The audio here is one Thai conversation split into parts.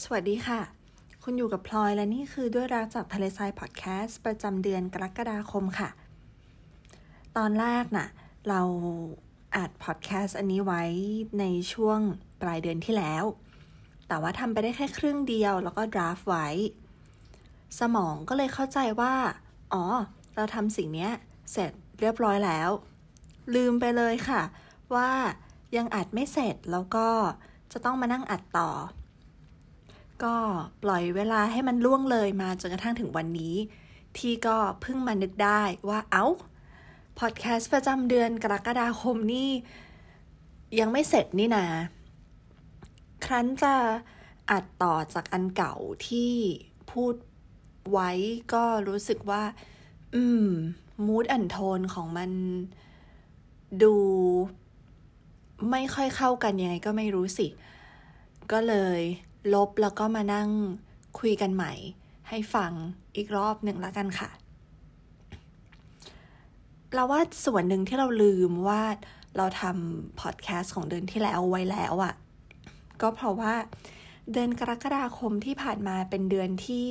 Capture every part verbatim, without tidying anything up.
สวัสดีค่ะคุณอยู่กับพลอยและนี่คือด้วยรักจากทะเลทรายพอดแคสต์ประจำเดือนกรกฎาคมค่ะตอนแรกน่ะเราอัดพอดแคสต์อันนี้ไว้ในช่วงปลายเดือนที่แล้วแต่ว่าทำไปได้แค่ครึ่งเดียวแล้วก็ดราฟไว้สมองก็เลยเข้าใจว่าอ๋อเราทำสิ่งนี้เสร็จเรียบร้อยแล้วลืมไปเลยค่ะว่ายังอัดไม่เสร็จแล้วก็จะต้องมานั่งอัดต่อก็ปล่อยเวลาให้มันล่วงเลยมาจนกระทั่งถึงวันนี้ที่ก็เพิ่งมานึกได้ว่าเอ้าพอดแคสต์ประจำเดือนกรกฎาคมนี่ยังไม่เสร็จนี่นาครั้นจะอัดต่อจากอันเก่าที่พูดไว้ก็รู้สึกว่าอืมมูดแอนด์โทนของมันดูไม่ค่อยเข้ากันยังไงก็ไม่รู้สิก็เลยลบแล้วก็มานั่งคุยกันใหม่ให้ฟังอีกรอบหนึ่งแล้วกันค่ะเราว่าส่วนหนึ่งที่เราลืมว่าเราทำพอดแคสต์ของเดือนที่แล้วไว้แล้วอ่ะก็เพราะว่าเดือนกรกฎาคมที่ผ่านมาเป็นเดือนที่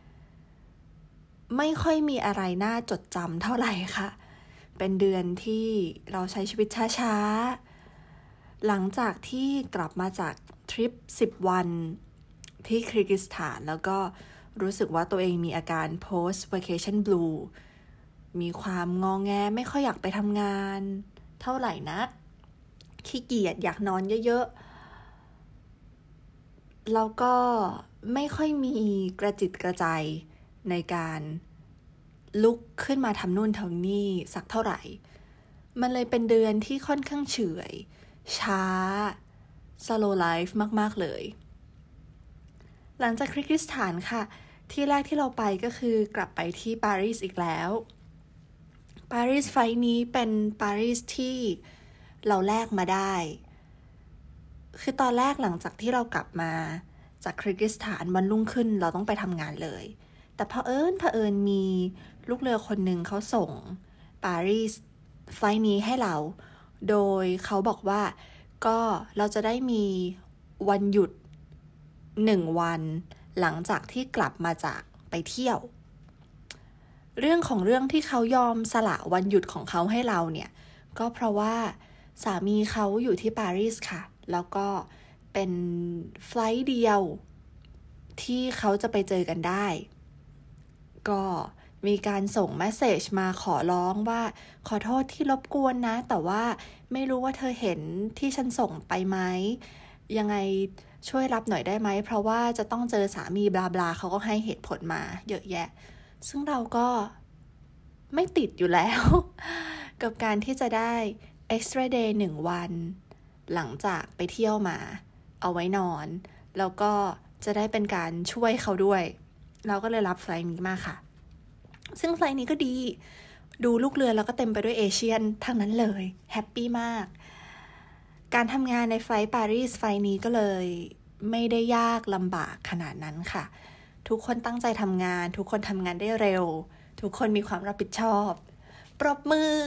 ไม่ค่อยมีอะไรน่าจดจำเท่าไหร่ค่ะเป็นเดือนที่เราใช้ชีวิตช้าๆหลังจากที่กลับมาจากทริปสิบวันที่คิร์กิสถานแล้วก็รู้สึกว่าตัวเองมีอาการ post vacation blue มีความงอแงไม่ค่อยอยากไปทำงานเท่าไหร่นักขี้เกียจอยากนอนเยอะๆแล้วก็ไม่ค่อยมีกระจิตกระใจในการลุกขึ้นมาทำนู่นทำนี่สักเท่าไหร่มันเลยเป็นเดือนที่ค่อนข้างเฉื่อยช้า slow life มากๆเลยหลังจากคิร์กิสถานค่ะที่แรกที่เราไปก็คือกลับไปที่ปารีสอีกแล้วปารีสไฟล์นี้เป็นปารีสที่เราแลกมาได้คือตอนแรกหลังจากที่เรากลับมาจากคิร์กิสถานวันรุ่งขึ้นเราต้องไปทำงานเลยแต่เผอิญเผอิญมีลูกเรือคนหนึ่งเขาส่งปารีสไฟล์นี้ให้เราโดยเขาบอกว่าก็เราจะได้มีวันหยุดหนึ่งวันหลังจากที่กลับมาจากไปเที่ยวเรื่องของเรื่องที่เขายอมสละวันหยุดของเขาให้เราเนี่ยก็เพราะว่าสามีเขาอยู่ที่ปารีสค่ะแล้วก็เป็นไฟลท์เดียวที่เขาจะไปเจอกันได้ก็มีการส่งเมสเสจมาขอร้องว่าขอโทษที่รบกวนนะแต่ว่าไม่รู้ว่าเธอเห็นที่ฉันส่งไปไหมยังไงช่วยรับหน่อยได้ไหมเพราะว่าจะต้องเจอสามีบลาบลาเขาก็ให้เหตุผลมาเยอะแยะซึ่งเราก็ไม่ติดอยู่แล้ว กับการที่จะได้ extra day หนึ่งวันหลังจากไปเที่ยวมาเอาไว้นอนแล้วก็จะได้เป็นการช่วยเขาด้วยเราก็เลยรับไฟล์นี้มาค่ะซึ่งไฟล์นี้ก็ดีดูลูกเรือแล้วก็เต็มไปด้วยเอเชียนทั้งนั้นเลยแฮปปี้มากการทำงานในไฟล์ปารีสไฟล์นี้ก็เลยไม่ได้ยากลำบากขนาดนั้นค่ะทุกคนตั้งใจทำงานทุกคนทำงานได้เร็วทุกคนมีความรับผิดชอบปรบมือ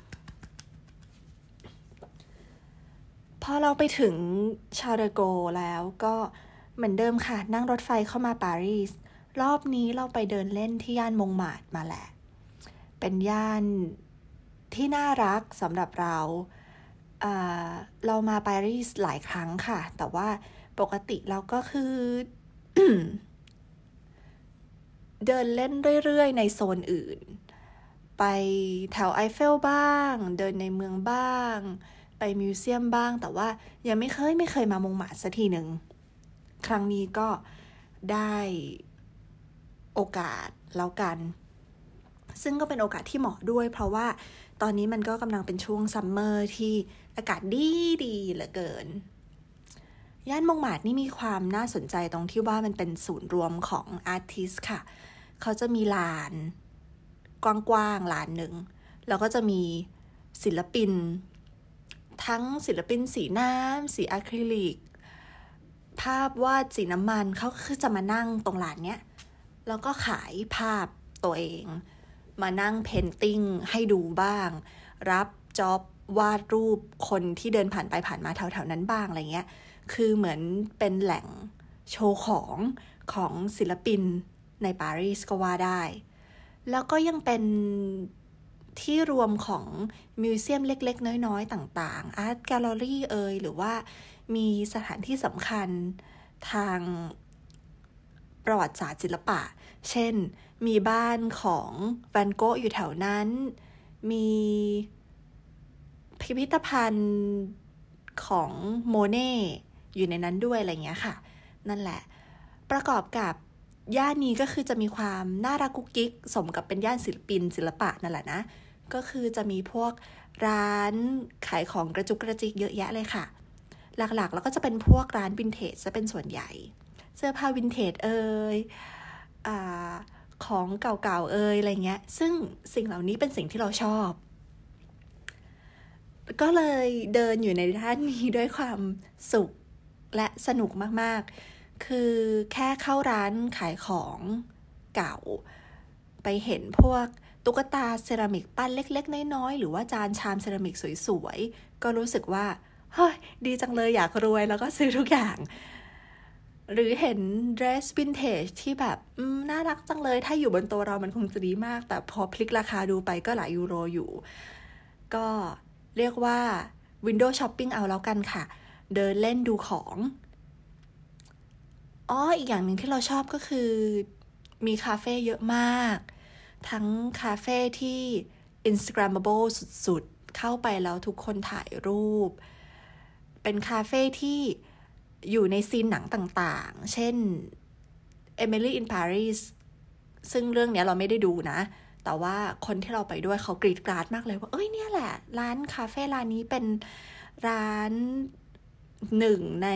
พอเราไปถึงชาร์ลเดอโกแล้วก็เหมือนเดิมค่ะนั่งรถไฟเข้ามาปารีสรอบนี้เราไปเดินเล่นที่ย่านมงมาร์ทมาแหละเป็นย่านที่น่ารักสำหรับเราเอ่อเรามาปารีสหลายครั้งค่ะแต่ว่าปกติเราก็คือ เดินเล่นเรื่อยๆในโซนอื่นไปแถวไอเฟลบ้างเดินในเมืองบ้างไปมิวเซียมบ้างแต่ว่ายังไม่เคยไม่เคยมามงมาร์ทสักทีหนึ่งครั้งนี้ก็ได้โอกาสแล้วกันซึ่งก็เป็นโอกาสที่เหมาะด้วยเพราะว่าตอนนี้มันก็กำลังเป็นช่วงซัมเมอร์ที่อากาศดีดีเหลือเกินย่านมงมาร์ทนี่มีความน่าสนใจตรงที่ว่ามันเป็นศูนย์รวมของอาร์ติสต์ค่ะเขาจะมีลานกว้างๆลานหนึ่งแล้วก็จะมีศิลปินทั้งศิลปินสีน้ำสีอะคริลิกภาพวาดสีน้ำมันเขาคือจะมานั่งตรงลานเนี้ยแล้วก็ขายภาพตัวเองมานั่งเพนติ้งให้ดูบ้างรับจ็อบวาดรูปคนที่เดินผ่านไปผ่านมาแถวๆนั้นบ้างอะไรเงี้ยคือเหมือนเป็นแหล่งโชว์ของของศิลปินในปารีสก็ว่าได้แล้วก็ยังเป็นที่รวมของมิวเซียมเล็กๆน้อยๆต่างๆอาร์ตแกลเลอรี่เอ่ยหรือว่ามีสถานที่สำคัญทางประวัติศาสตร์ศิลปะเช่นมีบ้านของแวนโกะอยู่แถวนั้นมีพิพิธภัณฑ์ของโมเน่อยู่ในนั้นด้วยอะไรเงี้ยค่ะนั่นแหละประกอบกับย่านนี้ก็คือจะมีความน่ารักกุ๊กกิ๊กสมกับเป็นย่านศิลปินศิลปะนั่นแหละนะก็คือจะมีพวกร้านขายของกระจุกกระจิกเยอะแยะเลยค่ะหลักๆแล้วก็จะเป็นพวกร้านวินเทจจะเป็นส่วนใหญ่เสื้อผ้าวินเทจเอ่ยอ่าของเก่าๆเอ่ยอะไรเงี้ยซึ่งสิ่งเหล่านี้เป็นสิ่งที่เราชอบก็เลยเดินอยู่ในด้านนี้ด้วยความสุขและสนุกมากๆคือแค่เข้าร้านขายของเก่าไปเห็นพวกตุ๊กตาเซรามิกปั้นเล็กๆน้อยๆหรือว่าจานชามเซรามิกสวยๆก็รู้สึกว่าเฮ้ยดีจังเลยอยากรวยแล้วก็ซื้อทุกอย่างหรือเห็นเดรสวินเทจที่แบบน่ารักจังเลยถ้าอยู่บนตัวเรามันคงจะดีมากแต่พอพลิกราคาดูไปก็หลายยูโรอยู่ก็เรียกว่า window shopping เอาแล้วกันค่ะเดินเล่นดูของอ๋ออีกอย่างหนึ่งที่เราชอบก็คือมีคาเฟ่เยอะมากทั้งคาเฟ่ที่ Instagrammable สุดๆเข้าไปแล้วทุกคนถ่ายรูปเป็นคาเฟ่ที่อยู่ในซีนหนังต่างๆเช่น Emily in Paris ซึ่งเรื่องนี้เราไม่ได้ดูนะแต่ว่าคนที่เราไปด้วยเขากรี๊ดกราดมากเลยว่าเอ้ยเนี่ยแหละร้านคาเฟ่ร้านนี้เป็นร้านหนึ่งใน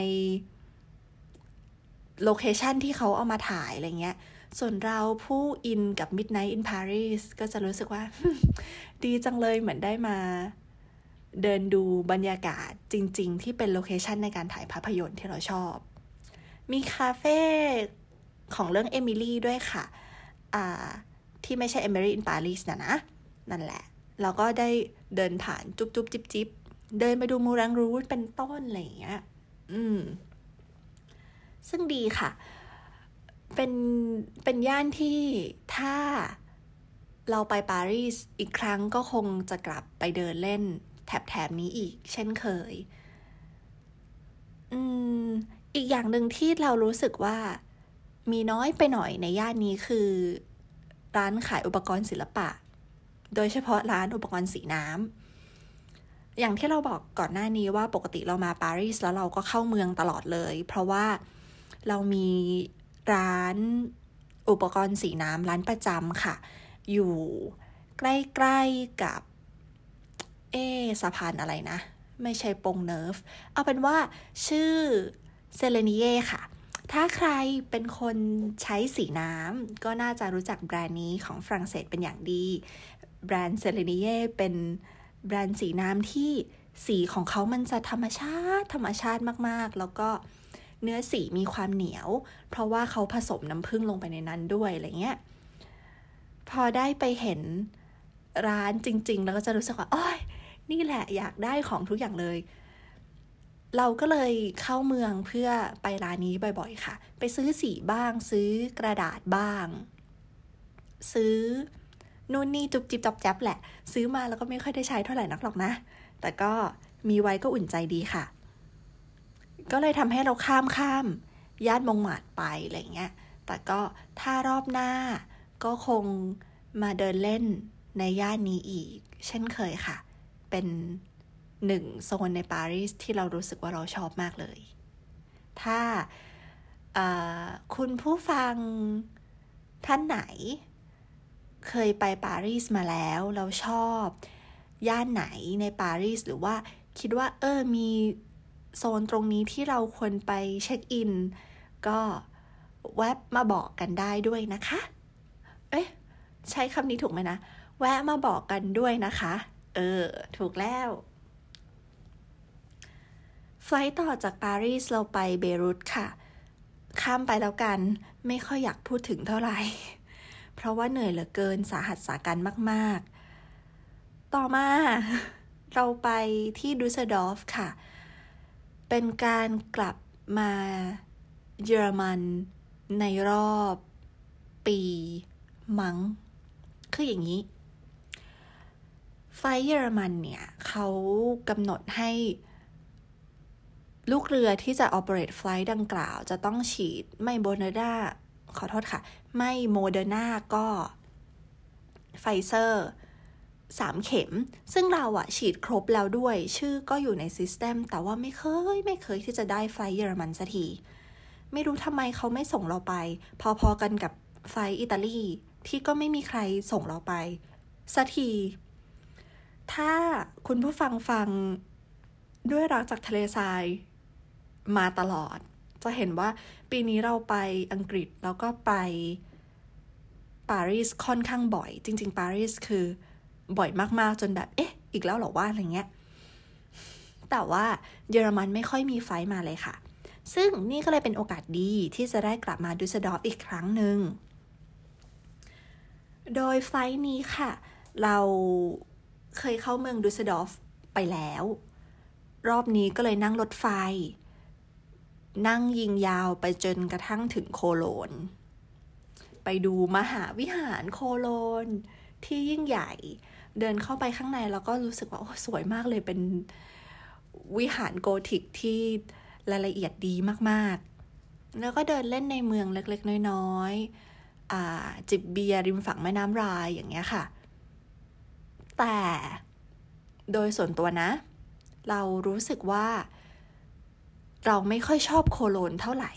โลเคชันที่เขาเอามาถ่ายอะไรเงี้ยส่วนเราผู้อินกับ Midnight in Paris ก็จะรู้สึกว่า ดีจังเลยเหมือนได้มาเดินดูบรรยากาศจริงๆที่เป็นโลเคชันในการถ่ายภาพยนตร์ที่เราชอบมีคาเฟ่ของเรื่อง Emily ด้วยค่ะอ่าที่ไม่ใช่ Emily in Paris นะนะนั่นแหละเราก็ได้เดินผ่านจุ๊บจุ๊บจิ๊บจิ๊บเดินไปดูมูรังรูทเป็นต้นอะไรอย่างเงี้ยอืมซึ่งดีค่ะเป็นเป็นย่านที่ถ้าเราไปปารีสอีกครั้งก็คงจะกลับไปเดินเล่นแถบๆนี้อีกเช่นเคยอืมอีกอย่างหนึ่งที่เรารู้สึกว่ามีน้อยไปหน่อยในย่านนี้คือร้านขายอุปกรณ์ศิลปะโดยเฉพาะร้านอุปกรณ์สีน้ำอย่างที่เราบอกก่อนหน้านี้ว่าปกติเรามาปารีสแล้วเราก็เข้าเมืองตลอดเลยเพราะว่าเรามีร้านอุปกรณ์สีน้ำร้านประจำค่ะอยู่ใกล้ๆกับเอสะพานอะไรนะไม่ใช่ปงเนิร์ฟเอาเป็นว่าชื่อเซเลนีเย่ค่ะถ้าใครเป็นคนใช้สีน้ำก็น่าจะรู้จักแบรนด์นี้ของฝรั่งเศสเป็นอย่างดีแบรนด์เซเลนีเย่เป็นแบรนด์สีน้ำที่สีของเขามันจะธรรมชาติธรรมชาติมากๆแล้วก็เนื้อสีมีความเหนียวเพราะว่าเขาผสมน้ำผึ้งลงไปในนั้นด้วยอะไรเงี้ยพอได้ไปเห็นร้านจริงๆแล้วก็จะรู้สึกว่าโอ๊ยนี่แหละอยากได้ของทุกอย่างเลยเราก็เลยเข้าเมืองเพื่อไปร้านนี้บ่อยๆค่ะไปซื้อสีบ้างซื้อกระดาษบ้างซื้อนู่นนี่จุบจิบจับจับแหละซื้อมาแล้วก็ไม่ค่อยได้ใช้เท่าไหร่นักหรอกนะแต่ก็มีไว้ก็อุ่นใจดีค่ะก็เลยทำให้เราข้ามข้ามย่านมงหมาดไปอะไรเงี้ยแต่ก็ถ้ารอบหน้าก็คงมาเดินเล่นในย่านนี้อีกเช่นเคยค่ะเป็นหนึ่งโซนในปารีสที่เรารู้สึกว่าเราชอบมากเลยถ้าคุณผู้ฟังท่านไหนเคยไปปารีสมาแล้วเราชอบย่านไหนในปารีสหรือว่าคิดว่าเออมีโซนตรงนี้ที่เราควรไปเช็คอินก็แวะมาบอกกันได้ด้วยนะคะเอ๊ะใช้คำนี้ถูกไหมนะแวะมาบอกกันด้วยนะคะเออถูกแล้วไฟล์ต่อจากปารีสเราไปเบรุตค่ะข้ามไปแล้วกันไม่ค่อยอยากพูดถึงเท่าไหร่เพราะว่าเหนื่อยเหลือเกินสาหัสสากันมากๆต่อมาเราไปที่ดูสเซลดอร์ฟค่ะเป็นการกลับมาเยอรมันในรอบปีมั้งคืออย่างนี้ไฟล์เยอรมันเนี่ยเขากำหนดให้ลูกเรือที่จะ operate ไฟล์ดังกล่าวจะต้องฉีดไม่โมเดอร์นาขอโทษค่ะไม่โมเดอร์นาก็ไฟเซอร์สามเข็มซึ่งเราอะฉีดครบแล้วด้วยชื่อก็อยู่ในซิสเต็มแต่ว่าไม่เคยไม่เคยที่จะได้ไฟล์เยอรมันสักทีไม่รู้ทำไมเขาไม่ส่งเราไปพอๆกันกับไฟล์อิตาลีที่ก็ไม่มีใครส่งเราไปสักทีถ้าคุณผู้ฟังฟังด้วยรักจากทะเลทรายมาตลอดจะเห็นว่าปีนี้เราไปอังกฤษแล้วก็ไปปารีสค่อนข้างบ่อยจริงๆปารีสคือบ่อยมากๆจนแบบเอ๊ะอีกแล้วเหรอว่าอะไรเงี้ยแต่ว่าเยอรมันไม่ค่อยมีไฟล์มาเลยค่ะซึ่งนี่ก็เลยเป็นโอกาสดีที่จะได้กลับมาดุสเซลดอร์ฟอีกครั้งหนึ่งโดยไฟล์นี้ค่ะเราเคยเข้าเมืองดุสเซลดอร์ฟไปแล้วรอบนี้ก็เลยนั่งรถไฟนั่งยิงยาวไปจนกระทั่งถึงโคโลนไปดูมหาวิหารโคโลนที่ยิ่งใหญ่เดินเข้าไปข้างในแล้วก็รู้สึกว่าโอ้สวยมากเลยเป็นวิหารโกธิกที่รายละเอียดดีมากๆแล้วก็เดินเล่นในเมืองเล็กๆน้อยๆอ่าจิบเบียร์ริมฝั่งแม่น้ำไรน์อย่างเงี้ยค่ะแต่โดยส่วนตัวนะเรารู้สึกว่าเราไม่ค่อยชอบโคโลนเท่าไหร่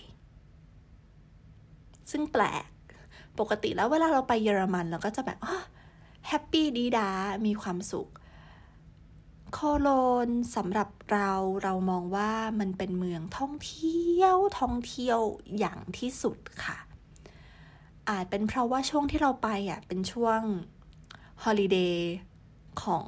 ซึ่งแปลกปกติแล้วเวลาเราไปเยอรมันเราก็จะแบบแฮปปี้ดีดามีความสุขโคโลนสำหรับเราเรามองว่ามันเป็นเมืองท่องเที่ยวท่องเที่ยวอย่างที่สุดค่ะอาจเป็นเพราะว่าช่วงที่เราไปอ่ะเป็นช่วงฮอลิเดย์ของ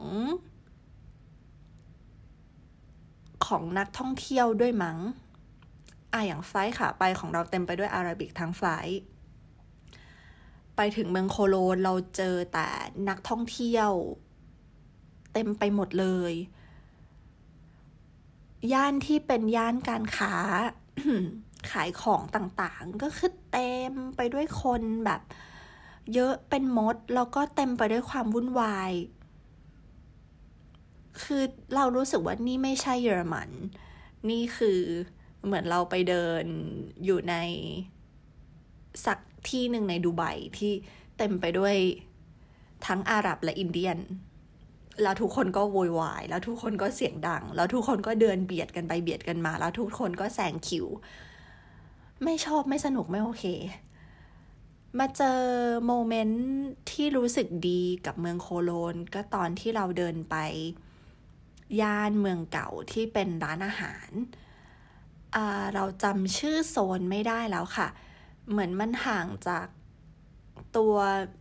ของนักท่องเที่ยวด้วยมั้งอ่ะอย่างไฟล์ค่ะไปของเราเต็มไปด้วยอาหรับิกทั้งไฟล์ไปถึงเมืองโคโลนเราเจอแต่นักท่องเที่ยวเต็มไปหมดเลยย่านที่เป็นย่านการค้า ขายของต่างๆก็คือเต็มไปด้วยคนแบบเยอะเป็นมดแล้วก็เต็มไปด้วยความวุ่นวายคือเรารู้สึกว่านี่ไม่ใช่เยอรมันนี่คือเหมือนเราไปเดินอยู่ในสักที่หนึ่งในดูไบที่เต็มไปด้วยทั้งอาหรับและอินเดียนแล้วทุกคนก็โวยวายแล้วทุกคนก็เสียงดังแล้วทุกคนก็เดินเบียดกันไปเบียดกันมาแล้วทุกคนก็แซงคิวไม่ชอบไม่สนุกไม่โอเคมาเจอโมเมนต์ที่รู้สึกดีกับเมืองโคโลนก็ตอนที่เราเดินไปย่านเมืองเก่าที่เป็นร้านอาหารอ่าเราจำชื่อโซนไม่ได้แล้วค่ะเหมือนมันห่างจากตัว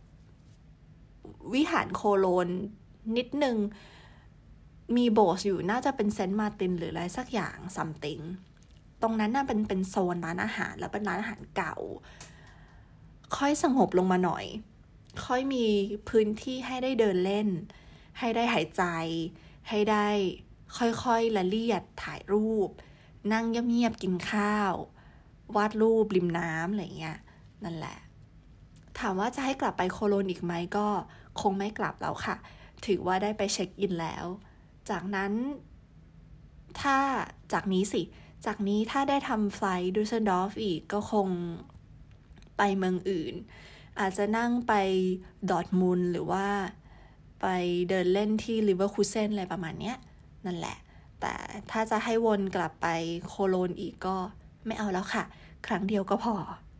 วิหารโคโลนนิดนึงมีโบสถ์อยู่น่าจะเป็นเซนต์มาร์ตินหรืออะไรสักอย่างซัมติงตรงนั้นน่ะเป็นเป็นโซนร้านอาหารแล้วเป็นร้านอาหารเก่าค่อยสงบลงมาหน่อยค่อยมีพื้นที่ให้ได้เดินเล่นให้ได้หายใจให้ได้ค่อยๆละเลียดถ่ายรูปนั่งเงียบๆกินข้าววาดรูปริมน้ำอะไรเงี้ยนั่นแหละถามว่าจะให้กลับไปโคโลนอีกไหมก็คงไม่กลับแล้วค่ะถือว่าได้ไปเช็คอินแล้วจากนั้นถ้าจากนี้สิจากนี้ถ้าได้ทำไฟล์ดูสเซนดอร์ฟอีกก็คงไปเมืองอื่นอาจจะนั่งไปดอร์ทมุนด์หรือว่าไปเดินเล่นที่ลิเวอร์คูเซนอะไรประมาณเนี้ยนั่นแหละแต่ถ้าจะให้วนกลับไปโคโลนอีกก็ไม่เอาแล้วค่ะครั้งเดียวก็พอ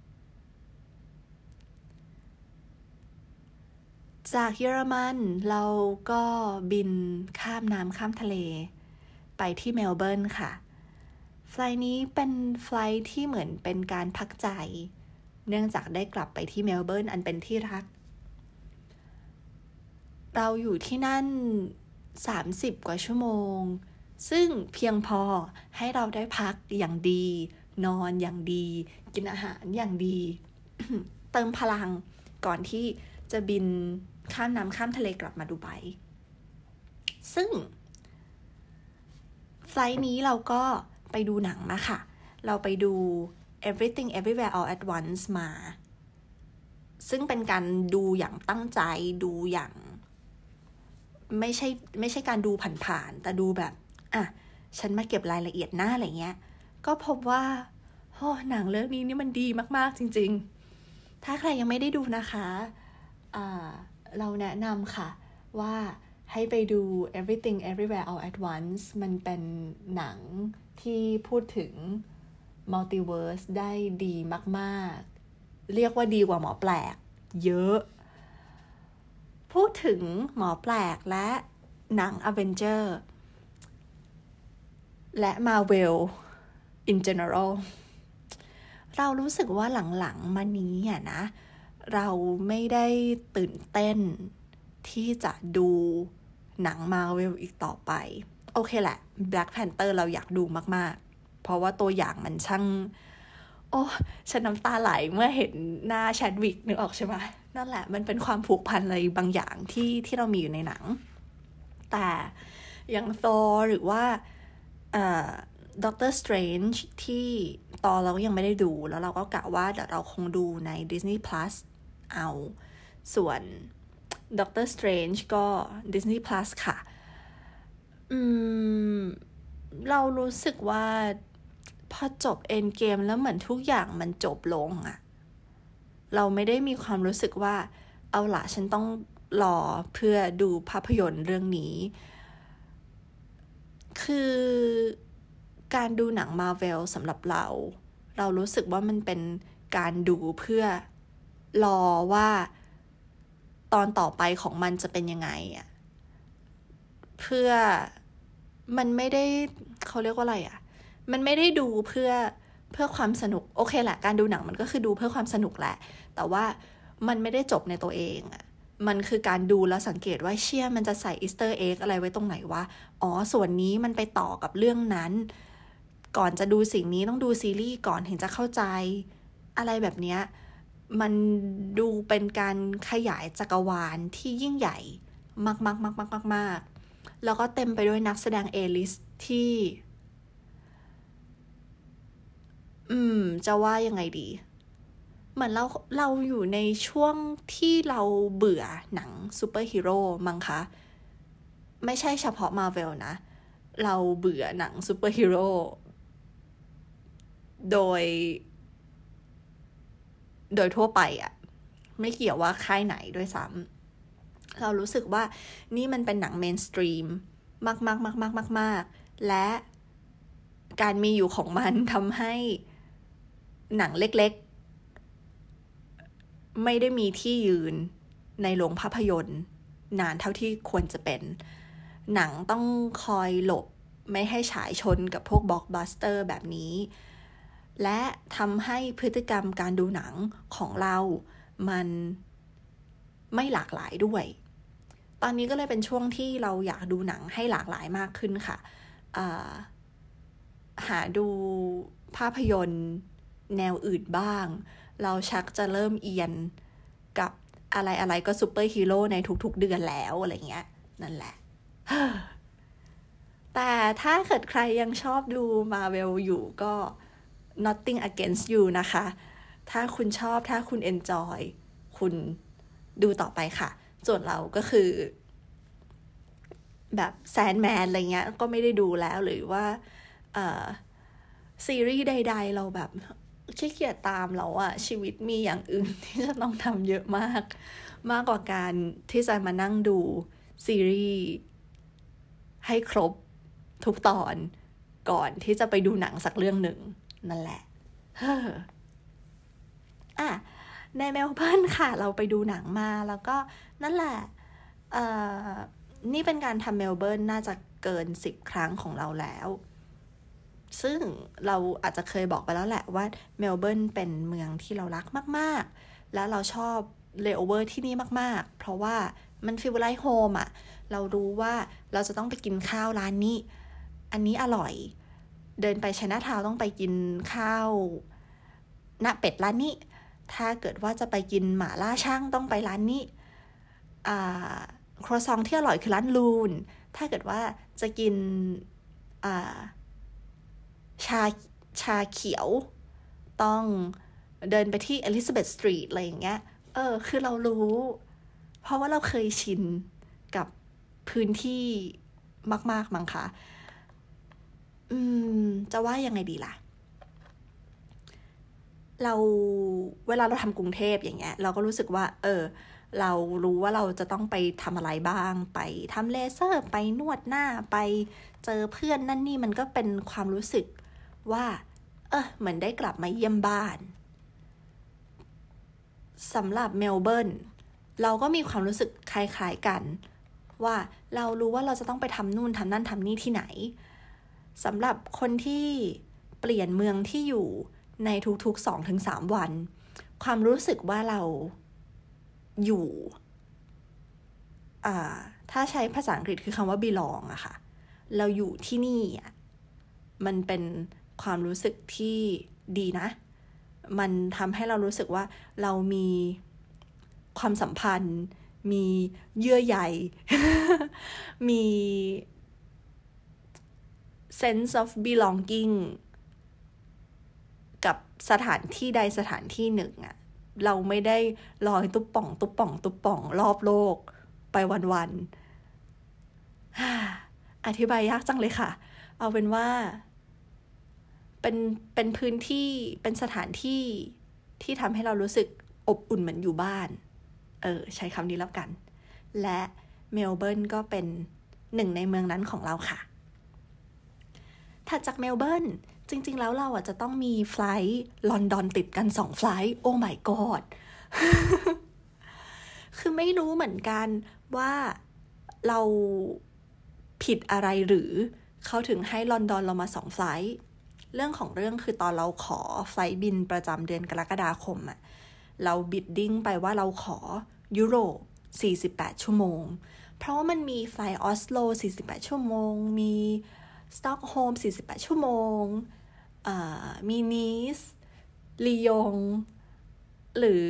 จากเยอรมันเราก็บินข้ามน้ำข้ามทะเลไปที่เมลเบิร์นค่ะไฟล์นี้เป็นไฟล์ที่เหมือนเป็นการพักใจเนื่องจากได้กลับไปที่เมลเบิร์นอันเป็นที่รักเราอยู่ที่นั่นสามสิบกว่าชั่วโมงซึ่งเพียงพอให้เราได้พักอย่างดีนอนอย่างดีกินอาหารอย่างดี เติมพลังก่อนที่จะบินข้ามน้ำข้ามทะเลกลับมาดูไบซึ่งไฟล์นี้เราก็ไปดูหนังมาค่ะเราไปดู Everything Everywhere All at Once มาซึ่งเป็นการดูอย่างตั้งใจดูอย่างไม่ใช่ไม่ใช่การดูผ่านๆแต่ดูแบบอ่ะฉันมาเก็บรายละเอียดหน้าอะไรเงี้ยก็พบว่าโอ้หนังเรื่องนี้นี่มันดีมากๆจริงๆถ้าใครยังไม่ได้ดูนะคะอ่าเราแนะนำค่ะว่าให้ไปดู Everything Everywhere All at Once มันเป็นหนังที่พูดถึง Multiverse ได้ดีมากๆเรียกว่าดีกว่าหมอแปลกเยอะพูดถึงหมอแปลกและหนัง Avenger และ Marvel in general เรารู้สึกว่าหลังๆมานี้อ่ะนะเราไม่ได้ตื่นเต้นที่จะดูหนัง Marvel อีกต่อไปโอเคแหละ Black Panther เราอยากดูมากๆเพราะว่าตัวอย่างมันช่างโอ้ฉันน้ำตาไหลเมื่อเห็นหน้าแชดวิกนึกออกใช่ไหมนั่นแหละมันเป็นความผูกพันอะไรบางอย่างที่ที่เรามีอยู่ในหนังแต่อย่าง Thor หรือว่าเอ่อ Doctor Strange ที่ตอนเรายังไม่ได้ดูแล้วเราก็กะว่าเดี๋ยวเราคงดูใน Disney Plus เอาส่วน Doctor Strange ก็ Disney Plus ค่ะอืมเรารู้สึกว่าพอจบ Endgame แล้วเหมือนทุกอย่างมันจบลงอะเราไม่ได้มีความรู้สึกว่าเอาล่ะฉันต้องรอเพื่อดูภาพยนตร์เรื่องนี้คือการดูหนัง Marvel สำหรับเราเรารู้สึกว่ามันเป็นการดูเพื่อรอว่าตอนต่อไปของมันจะเป็นยังไงอะเพื่อมันไม่ได้เขาเรียกว่าอะไรอะมันไม่ได้ดูเพื่อเพื่อความสนุกโอเคแหละการดูหนังมันก็คือดูเพื่อความสนุกแหละแต่ว่ามันไม่ได้จบในตัวเองอะมันคือการดูแล้วสังเกตว่าเชี่ยมันจะใส่อีสเตอร์เอ็กอะไรไว้ตรงไหนวะอ๋อส่วนนี้มันไปต่อกับเรื่องนั้นก่อนจะดูสิ่งนี้ต้องดูซีรีส์ก่อนถึงจะเข้าใจอะไรแบบเนี้ยมันดูเป็นการขยายจักรวาลที่ยิ่งใหญ่มากๆๆๆๆแล้วก็เต็มไปด้วยนักแสดง A-list ที่อืมจะว่ายังไงดีเหมือนเราเราอยู่ในช่วงที่เราเบื่อหนังซูเปอร์ฮีโร่มั้งคะไม่ใช่เฉพาะ Marvel นะเราเบื่อหนังซูเปอร์ฮีโร่โดยโดยทั่วไปอ่ะไม่เกี่ยวว่าค่ายไหนด้วยซ้ำเรารู้สึกว่านี่มันเป็นหนังเมนสตรีมมากๆๆๆๆและการมีอยู่ของมันทำให้หนังเล็กๆไม่ได้มีที่ยืนในโรงภาพยนตร์นานเท่าที่ควรจะเป็นหนังต้องคอยหลบไม่ให้ฉายชนกับพวกบล็อกบัสเตอร์แบบนี้และทำให้พฤติกรรมการดูหนังของเรามันไม่หลากหลายด้วยตอนนี้ก็เลยเป็นช่วงที่เราอยากดูหนังให้หลากหลายมากขึ้นค่ะหาดูภาพยนตร์แนวอื่นบ้างเราชักจะเริ่มเอียนกับอะไรอะไรก็ซูเปอร์ฮีโร่ในทุกๆเดือนแล้วอะไรเงี้ยนั่นแหละแต่ถ้าเกิดใครยังชอบดู Marvel อยู่ก็ nothing against you นะคะถ้าคุณชอบถ้าคุณ enjoy คุณดูต่อไปค่ะส่วนเราก็คือแบบแซนด์แมนอะไรเงี้ยก็ไม่ได้ดูแล้วหรือว่าเอ่อซีรีส์ใดๆเราแบบขี้เกียจตามแล้วอะชีวิตมีอย่างอื่นที่จะต้องทำเยอะมากมากกว่าการที่จะมานั่งดูซีรีส์ให้ครบทุกตอนก่อนที่จะไปดูหนังสักเรื่องหนึ่งนั่นแหละอ่ะในเมลเบิร์นค่ะเราไปดูหนังมาแล้วก็นั่นแหละเอ่อนี่เป็นการทำเมลเบิร์นน่าจะเกินสิบครั้งของเราแล้วซึ่งเราอาจจะเคยบอกไปแล้วแหละว่าเมลเบิร์นเป็นเมืองที่เรารักมากๆและเราชอบเลโอเวอร์ที่นี่มากๆเพราะว่ามันฟีลไลท์โฮมอ่ะเรารู้ว่าเราจะต้องไปกินข้าวร้านนี้อันนี้อร่อยเดินไปไชน่าทาวน์ต้องไปกินข้าวหน้าเป็ดร้านนี้ถ้าเกิดว่าจะไปกินหม่าล่าช่างต้องไปร้านนี้อ่าครัวซองที่อร่อยคือร้านลูนถ้าเกิดว่าจะกินอ่าชาชาเขียวต้องเดินไปที่อลิซาเบธสตรีทอะไรอย่างเงี้ยเออคือเรารู้เพราะว่าเราเคยชินกับพื้นที่มากๆมั้งคะอืมจะว่ายังไงดีล่ะเราเวลาเราทำกรุงเทพอย่างเงี้ยเราก็รู้สึกว่าเออเรารู้ว่าเราจะต้องไปทำอะไรบ้างไปทำเลเซอร์ไปนวดหน้าไปเจอเพื่อนนั่นนี่มันก็เป็นความรู้สึกว่าเออเหมือนได้กลับมาเยี่ยมบ้านสำหรับเมลเบิร์นเราก็มีความรู้สึกคล้ายๆกันว่าเรารู้ว่าเราจะต้องไปทำนู่นทำนั่นทำนี่ที่ไหนสำหรับคนที่เปลี่ยนเมืองที่อยู่ในทุกๆ สองถึงสาม วันความรู้สึกว่าเราอยู่อ่าถ้าใช้ภาษาอังกฤษคือคำว่า belong อะค่ะเราอยู่ที่นี่อะมันเป็นความรู้สึกที่ดีนะมันทำให้เรารู้สึกว่าเรามีความสัมพันธ์มีเยื่อใย มี sense of belonging กับสถานที่ใดสถานที่หนึ่งอะเราไม่ได้ลอยตุ๊บป่องตุ๊บป่องตุ๊บป่องรอบโลกไปวันๆอธิบายยากจังเลยค่ะเอาเป็นว่าเป็นเป็นพื้นที่เป็นสถานที่ที่ทำให้เรารู้สึกอบอุ่นเหมือนอยู่บ้านเออใช้คำนี้แล้วกันและเมลเบิร์นก็เป็นหนึ่งในเมืองนั้นของเราค่ะถัดจากเมลเบิร์นจริงๆแล้วเราอ่ะจะต้องมีไฟลท์ลอนดอนติดกันสองไฟลท์โอ้ my god คือไม่รู้เหมือนกันว่าเราผิดอะไรหรือเขาถึงให้ลอนดอนเรามาสองไฟลท์เรื่องของเรื่องคือตอนเราขอไฟลท์บินประจำเดือนกรกฎาคมอ่ะเราบิดดิ้งไปว่าเราขอยุโรปสี่สิบแปดชั่วโมงเพราะว่ามันมีไฟลท์ออสโลสี่สิบแปดชั่วโมงมีสต็อกโฮล์มสี่สิบแปดชั่วโมงมีนีสลียงหรือ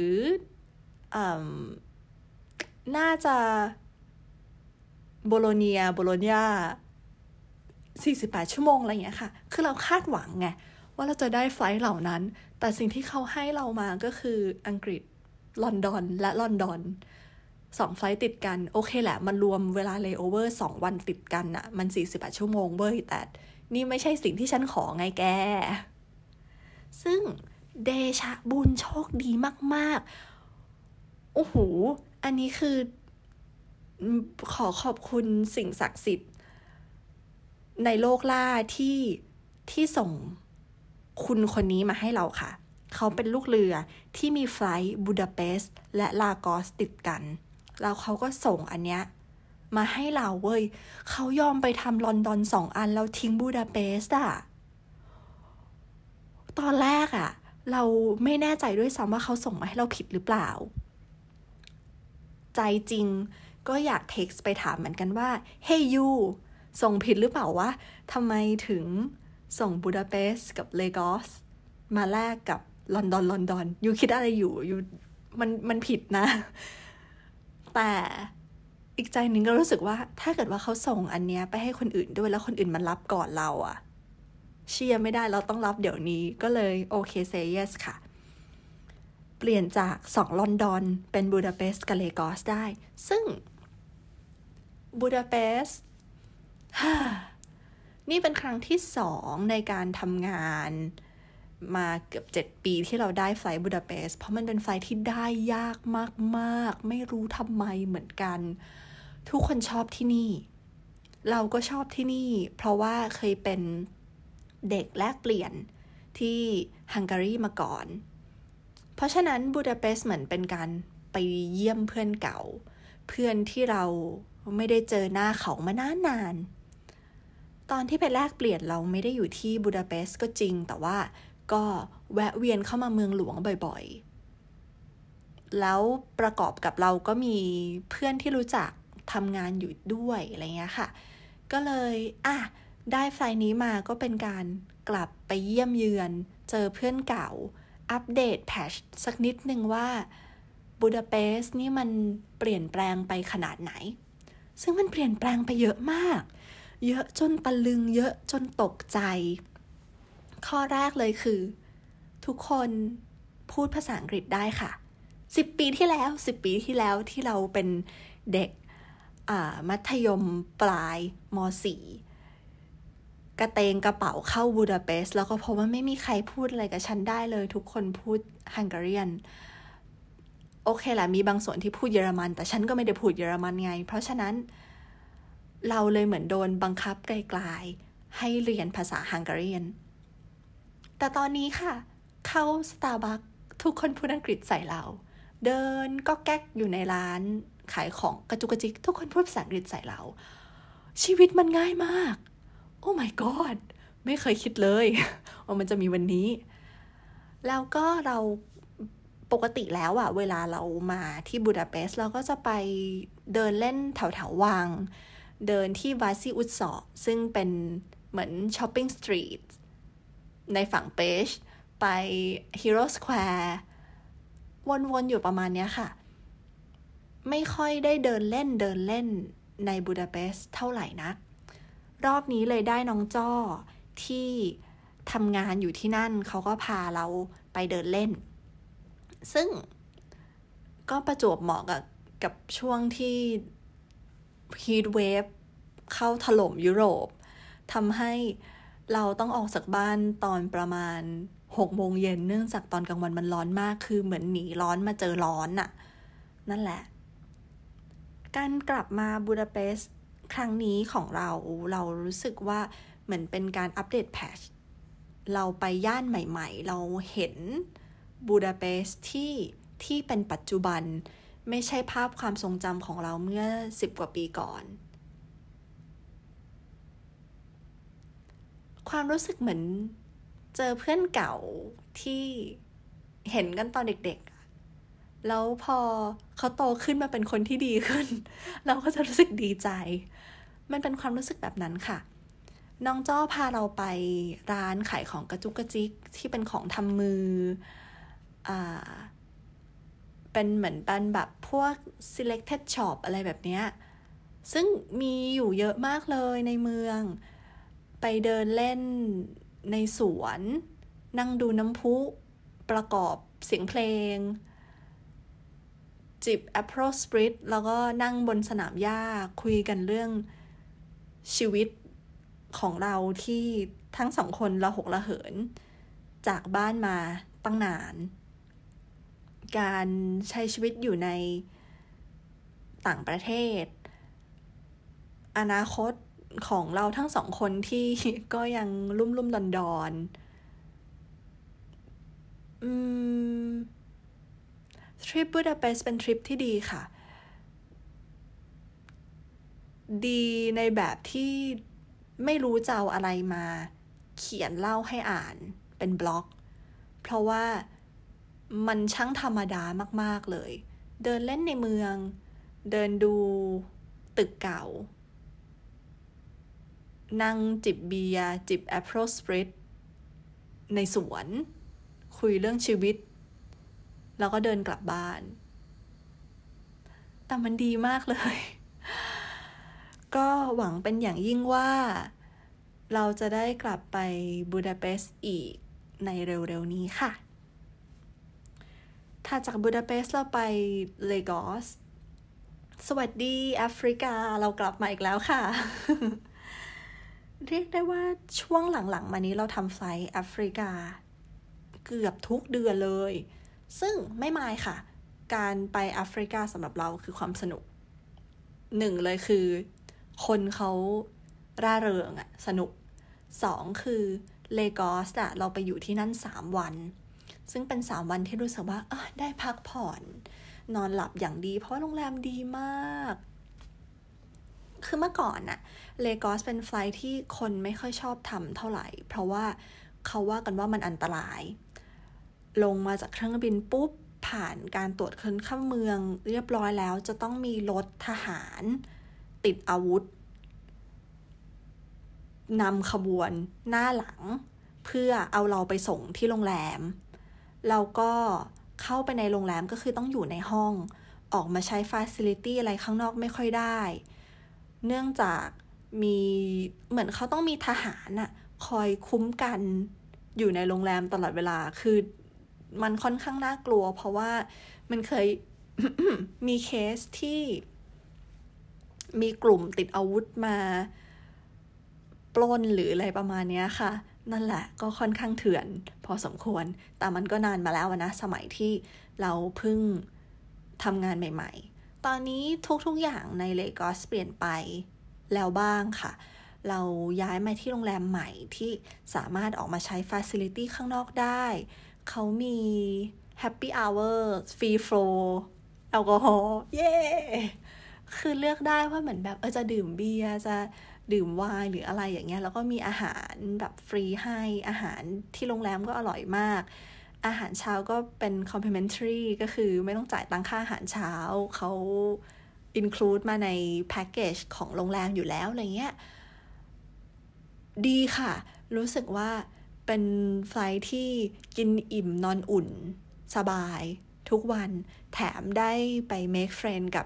น่าจะโบโลเนียโบโลเนียสี่สิบแปดชั่วโมงอะไรอย่างเงี้ยค่ะคือเราคาดหวังไงว่าเราจะได้ไฟลท์เหล่านั้นแต่สิ่งที่เขาให้เรามาก็คืออังกฤษลอนดอนและลอนดอนสองไฟลท์ติดกันโอเคแหละมันรวมเวลาเลย์โอเวอร์สองวันติดกันน่ะมันสี่สิบแปดชั่วโมงเว้ยแต่นี่ไม่ใช่สิ่งที่ฉันขอไงแกซึ่งเดชะบุญโชคดีมากๆโอ้โหอันนี้คือขอขอบคุณสิ่งศักดิ์สิทธิ์ในโลกล่าที่ที่ส่งคุณคนนี้มาให้เราค่ะเขาเป็นลูกเรือที่มีไฟลท์บูดาเปสต์และลากอสติดกันแล้วเขาก็ส่งอันเนี้ยมาให้เราเว้ยเขายอมไปทำลอนดอนสองอันแล้วทิ้งบูดาเปสต์อะตอนแรกอะเราไม่แน่ใจด้วยซ้ำว่าเขาส่งมาให้เราผิดหรือเปล่าใจจริงก็อยากเท็กซ์ไปถามเหมือนกันว่า Hey you ส่งผิดหรือเปล่าวะทำไมถึงส่งบูดาเปสต์กับเลโกสมาแลกกับลอนดอนลอนดอนยูคิดอะไรอยู่ยูมันมันผิดนะแต่อีกใจหนึ่งก็รู้สึกว่าถ้าเกิดว่าเขาส่งอันเนี้ยไปให้คนอื่นด้วยแล้วคนอื่นมันรับก่อนเราอะเชียร์ไม่ได้เราต้องรับเดี๋ยวนี้ก็เลยโอเคเซย์ yes ค่ะเปลี่ยนจากสองลอนดอนเป็นบูดาเปสต์กับเลโกสได้ซึ่งบูดาเปสต์นี่เป็นครั้งที่สองในการทำงานมาเกือบเจ็ดปีที่เราได้ไฟล์บูดาเปสต์เพราะมันเป็นไฟล์ที่ได้ยากมากๆไม่รู้ทำไมเหมือนกันทุกคนชอบที่นี่เราก็ชอบที่นี่เพราะว่าเคยเป็นเด็กแลกเปลี่ยนที่ฮังการีมาก่อนเพราะฉะนั้นบูดาเปสต์เหมือนเป็นการไปเยี่ยมเพื่อนเก่าเพื่อนที่เราไม่ได้เจอหน้าเขามานานๆตอนที่ไปแลกเปลี่ยนเราไม่ได้อยู่ที่บูดาเปสต์ก็จริงแต่ว่าก็แวะเวียนเข้ามาเมืองหลวงบ่อยๆแล้วประกอบกับเราก็มีเพื่อนที่รู้จักทำงานอยู่ด้วยอะไรเงี้ยค่ะก็เลยอ่ะได้ไฟล์นี้มาก็เป็นการกลับไปเยี่ยมเยือนเจอเพื่อนเก่าอัปเดตแพทช์สักนิดนึงว่าบูดาเปสต์นี่มันเปลี่ยนแปลงไปขนาดไหนซึ่งมันเปลี่ยนแปลงไปเยอะมากเยอะจนตะลึงเยอะจนตกใจข้อแรกเลยคือทุกคนพูดภาษาอังกฤษได้ค่ะสิบปีที่แล้วสิบปีที่แล้วที่เราเป็นเด็กมัธยมปลายม สี่ กระเตงกระเป๋าเข้าบูดาเปสต์แล้วก็พบว่าไม่มีใครพูดอะไรกับฉันได้เลยทุกคนพูดฮังการีนโอเคแหละมีบางส่วนที่พูดเยอรมันแต่ฉันก็ไม่ได้พูดเยอรมันไงเพราะฉะนั้นเราเลยเหมือนโดนบังคับไกลๆให้เรียนภาษาฮังการีนแต่ตอนนี้ค่ะเข้าสตาร์บัคทุกคนพูดอังกฤษใส่เราเดินก็แก๊กอยู่ในร้านขายของกระจุกกระจิกทุกคนพูดภาษาอังกฤษใส่เราชีวิตมันง่ายมากโอ้ my god ไม่เคยคิดเลยว่ามันจะมีวันนี้แล้วก็เราปกติแล้วอะเวลาเรามาที่บูดาเปสต์เราก็จะไปเดินเล่นแถวแถววังเดินที่วาซิอุตสอซึ่งเป็นเหมือนช้อปปิ้งสตรีทในฝั่งเปชไปฮีโร่สแควร์วนๆอยู่ประมาณนี้ค่ะไม่ค่อยได้เดินเล่นเดินเล่นในบูดาเปสต์เท่าไหร่นักรอบนี้เลยได้น้องจ้อที่ทำงานอยู่ที่นั่นเขาก็พาเราไปเดินเล่นซึ่งก็ประจวบเหมาะกับกับช่วงที่ฮีทเวฟเข้าถล่มยุโรปทำให้เราต้องออกจากบ้านตอนประมาณหกโมงเย็นเนื่องจากตอนกลางวันมันร้อนมากคือเหมือนหนีร้อนมาเจอร้อนน่ะนั่นแหละการกลับมาบูดาเปสต์ครั้งนี้ของเราเรารู้สึกว่าเหมือนเป็นการอัปเดตแพทช์เราไปย่านใหม่ๆเราเห็นบูดาเปสต์ที่ที่เป็นปัจจุบันไม่ใช่ภาพความทรงจำของเราเมื่อสิบกว่าปีก่อนความรู้สึกเหมือนเจอเพื่อนเก่าที่เห็นกันตอนเด็กๆแล้วพอเขาโตขึ้นมาเป็นคนที่ดีขึ้นเราก็จะรู้สึกดีใจมันเป็นความรู้สึกแบบนั้นค่ะน้องจ้อพาเราไปร้านขายของกระจุกกระจิกที่เป็นของทำมืออ่าเป็นเหมือนเป็นแบบพวก selected shop อะไรแบบเนี้ยซึ่งมีอยู่เยอะมากเลยในเมืองไปเดินเล่นในสวนนั่งดูน้ำพุประกอบเสียงเพลงจิบ Aperol Spritz แล้วก็นั่งบนสนามหญ้าคุยกันเรื่องชีวิตของเราที่ทั้งสองคนระหกระเหินจากบ้านมาตั้งนานการใช้ชีวิตอยู่ในต่างประเทศอนาคตของเราทั้งสองคนที่ก็ยังลุ่มลุ่มดอนดอนอืมทริปบูดาเปสต์เป็นทริปที่ดีค่ะดีในแบบที่ไม่รู้จะเอาอะไรมาเขียนเล่าให้อ่านเป็นบล็อกเพราะว่ามันช่างธรรมดามากๆเลยเดินเล่นในเมืองเดินดูตึกเก่านั่งจิบเบียร์จิบ Aperol Spritz ในสวนคุยเรื่องชีวิตแล้วก็เดินกลับบ้านแต่มันดีมากเลยก็หวังเป็นอย่างยิ่งว่าเราจะได้กลับไปบูดาเปสต์อีกในเร็วๆนี้ค่ะถ้าจากบูดาเปสต์เราไปเลโกสสวัสดีแอฟริกาเรากลับมาอีกแล้วค่ะ เรียกได้ว่าช่วงหลังๆมานี้เราทำไฟล์แอฟริกาเกือบทุกเดือนเลยซึ่งไม่มายค่ะการไปแอฟริกาสำหรับเราคือความสนุกหนึ่งเลยคือคนเขาร่าเริงอะสนุกสองคือเลโกสอะเราไปอยู่ที่นั่นสามวันซึ่งเป็นสามวันที่รู้สึกว่าได้พักผ่อนนอนหลับอย่างดีเพราะโรงแรมดีมากคือเมื่อก่อนน่ะเลโกสเป็นไฟล์ที่คนไม่ค่อยชอบทำเท่าไหร่เพราะว่าเขาว่ากันว่ามันอันตรายลงมาจากเครื่องบินปุ๊บผ่านการตรวจคนเข้าเมืองเรียบร้อยแล้วจะต้องมีรถทหารติดอาวุธนำขบวนหน้าหลังเพื่อเอาเราไปส่งที่โรงแรมเราก็เข้าไปในโรงแรมก็คือต้องอยู่ในห้องออกมาใช้ฟาซิลิตี้อะไรข้างนอกไม่ค่อยได้เนื่องจากมีเหมือนเขาต้องมีทหารน่ะคอยคุ้มกันอยู่ในโรงแรมตลอดเวลาคือมันค่อนข้างน่ากลัวเพราะว่ามันเคย มีเคสที่มีกลุ่มติดอาวุธมาปล้นหรืออะไรประมาณนี้ค่ะนั่นแหละก็ค่อนข้างเถื่อนพอสมควรแต่มันก็นานมาแล้วนะสมัยที่เราเพิ่งทำงานใหม่ๆตอนนี้ทุกๆอย่างในเลโกสเปลี่ยนไปแล้วบ้างค่ะเราย้ายมาที่โรงแรมใหม่ที่สามารถออกมาใช้ฟาซิลิตี้ข้างนอกได้เขามีแฮปปี้อเวอร์ฟรีโฟลว์แอลกอฮอล์เย้คือเลือกได้ว่าเหมือนแบบเออจะดื่มเบียร์จะดื่มไวน์หรืออะไรอย่างเงี้ยแล้วก็มีอาหารแบบฟรีให้อาหารที่โรงแรมก็อร่อยมากอาหารเช้าก็เป็น complimentary ก็คือไม่ต้องจ่ายตังค่าอาหารเช้าเขา include มาในแพ็กเกจของโรงแรมอยู่แล้วอะไรเงี้ยดีค่ะรู้สึกว่าเป็นไฟลท์ที่กินอิ่มนอนอุ่นสบายทุกวันแถมได้ไป make friend กับ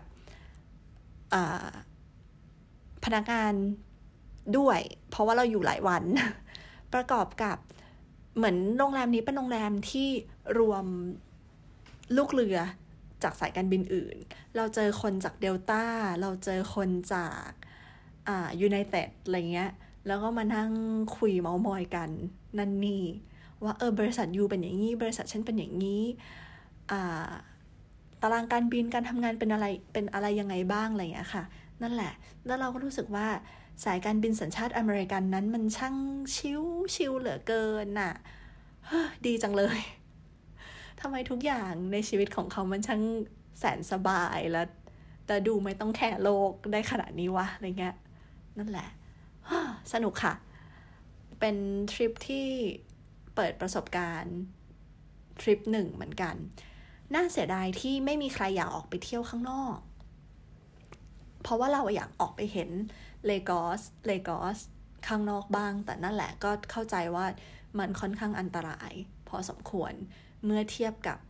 พนักงานด้วยเพราะว่าเราอยู่หลายวันประกอบกับเหมือนโรงแรมนี้เป็นโรงแรมที่รวมลูกเรือจากสายการบินอื่นเราเจอคนจากเดลต้าเราเจอคนจากอ่ายูไนเต็ดอะไรเงี้ยแล้วก็มานั่งคุยเมาท์มอยกันนั่นนี่ว่าเออบริษัทยูเป็นอย่างนี้บริษัทฉันเป็นอย่างนี้อ่าตารางการบินการทำงานเป็นอะไรเป็นอะไรยังไงบ้างอะไรเงี้ยค่ะนั่นแหละแล้วเราก็รู้สึกว่าสายการบินสัญชาติอเมริกันนั้นมันช่างชิวชิวเหลือเกินน่ะดีจังเลยทำไมทุกอย่างในชีวิตของเขามันช่างแสนสบายและแต่ดูไม่ต้องแคร์โลกได้ขนาดนี้วะอะไรเงี้ยนั่นแหละสนุกค่ะเป็นทริปที่เปิดประสบการณ์ทริปหนึ่งเหมือนกันน่าเสียดายที่ไม่มีใครอยากออกไปเที่ยวข้างนอกเพราะว่าเราอยากออกไปเห็นเลโกสเลโกสข้างนอกบ้างแต่นั่นแหละก็เข้าใจว่ามันค่อนข้างอันตรายพอสมควรเมื่อเทียบกับ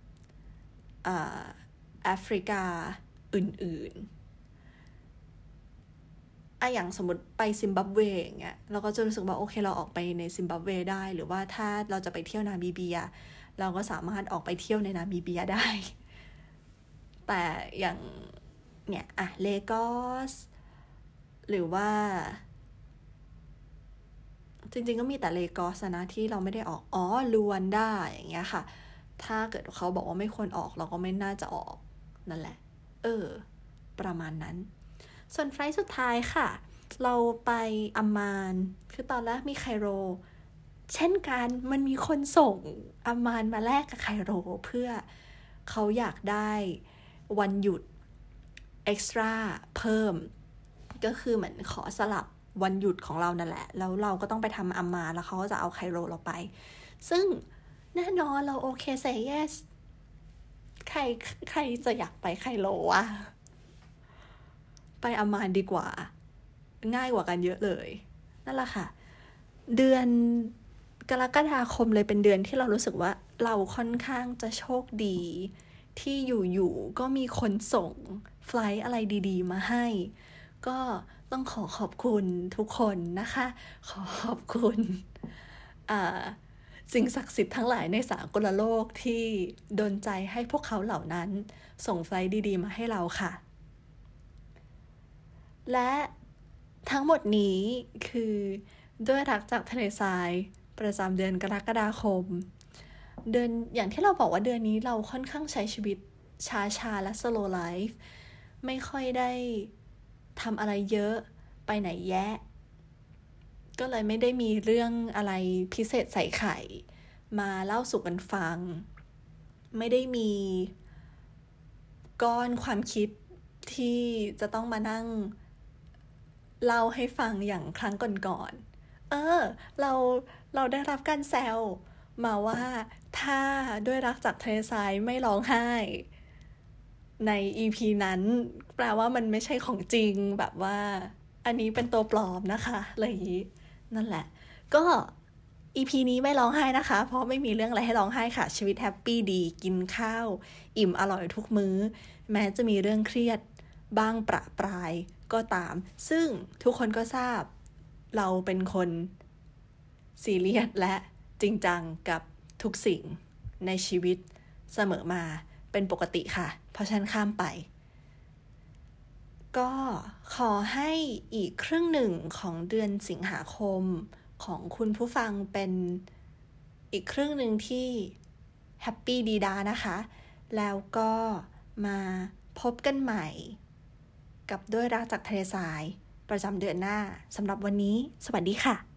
แอฟริกาอื่นๆอะอย่างสมมติไปซิมบับเวอย่างเงี้ยเราก็จะรู้สึกว่าโอเคเราออกไปในซิมบับเวได้หรือว่าถ้าเราจะไปเที่ยวนามิเบียเราก็สามารถออกไปเที่ยวในนามิเบียได้แต่อย่างเนี่ยอะเลโกสหรือว่าจริงๆก็มีแต่เลโกสนะที่เราไม่ได้ออกอ๋อลวนได้อย่างเงี้ยค่ะถ้าเกิดเขาบอกว่าไม่ควรออกเราก็ไม่น่าจะออกนั่นแหละเออประมาณนั้นส่วนไฟล์สุดท้ายค่ะเราไปอัมมานคือตอนแรกมีไคโรเช่นกันมันมีคนส่งอัมมานมาแลกกับไคโรเพื่อเขาอยากได้วันหยุดเอ็กซ์ตร้าเพิ่มก็คือเหมือนขอสลับวันหยุดของเรานั่นแหละแล้วเราก็ต้องไปทำอัมมาแล้วเขาก็จะเอาไคโรเราไปซึ่งแน่นอนเราโอเคเซย์ yes ใครใครจะอยากไปไคโรวะไปอัมมานดีกว่าง่ายกว่ากันเยอะเลยนั่นแหละค่ะเดือนกรกฎาคมเลยเป็นเดือนที่เรารู้สึกว่าเราค่อนข้างจะโชคดีที่อยู่ๆก็มีคนส่งไฟลท์อะไรดีๆมาให้ก็ต้องขอขอบคุณทุกคนนะคะขอขอบคุณสิ่งศักดิ์สิทธิ์ทั้งหลายในสากลโลกที่ดลใจให้พวกเขาเหล่านั้นส่งไฟลท์ดีๆมาให้เราค่ะและทั้งหมดนี้คือด้วยรักจากทะเลทรายประจำเดือนกรกฎาคมเดือนอย่างที่เราบอกว่าเดือนนี้เราค่อนข้างใช้ชีวิตช้าๆและ slow life ไม่ค่อยได้ทำอะไรเยอะไปไหนแยะก็เลยไม่ได้มีเรื่องอะไรพิเศษใส่ไข่มาเล่าสู่กันฟังไม่ได้มีก้อนความคิดที่จะต้องมานั่งเล่าให้ฟังอย่างครั้งก่อนๆเออเราเราได้รับการแซวมาว่าถ้าด้วยรักจากทะเลทรายไม่ร้องไห้ใน อี พี นั้นแปลว่ามันไม่ใช่ของจริงแบบว่าอันนี้เป็นตัวปลอมนะคะอะไรอย่างนี้นั่นแหละก็ อี พี นี้ไม่ร้องไห้นะคะเพราะไม่มีเรื่องอะไรให้ร้องไห้ค่ะชีวิตแฮปปี้ดีกินข้าวอิ่มอร่อยทุกมื้อแม้จะมีเรื่องเครียดบ้างประปรายก็ตามซึ่งทุกคนก็ทราบเราเป็นคนซีเรียสและจริงจังกับทุกสิ่งในชีวิตเสมอมาเป็นปกติค่ะเพราะฉะนั้นข้ามไปก็ขอให้อีกครึ่งหนึ่งของเดือนสิงหาคมของคุณผู้ฟังเป็นอีกครึ่งหนึ่งที่แฮปปี้ดีดานะคะแล้วก็มาพบกันใหม่กับด้วยรักจากทะเลทรายประจำเดือนหน้าสำหรับวันนี้สวัสดีค่ะ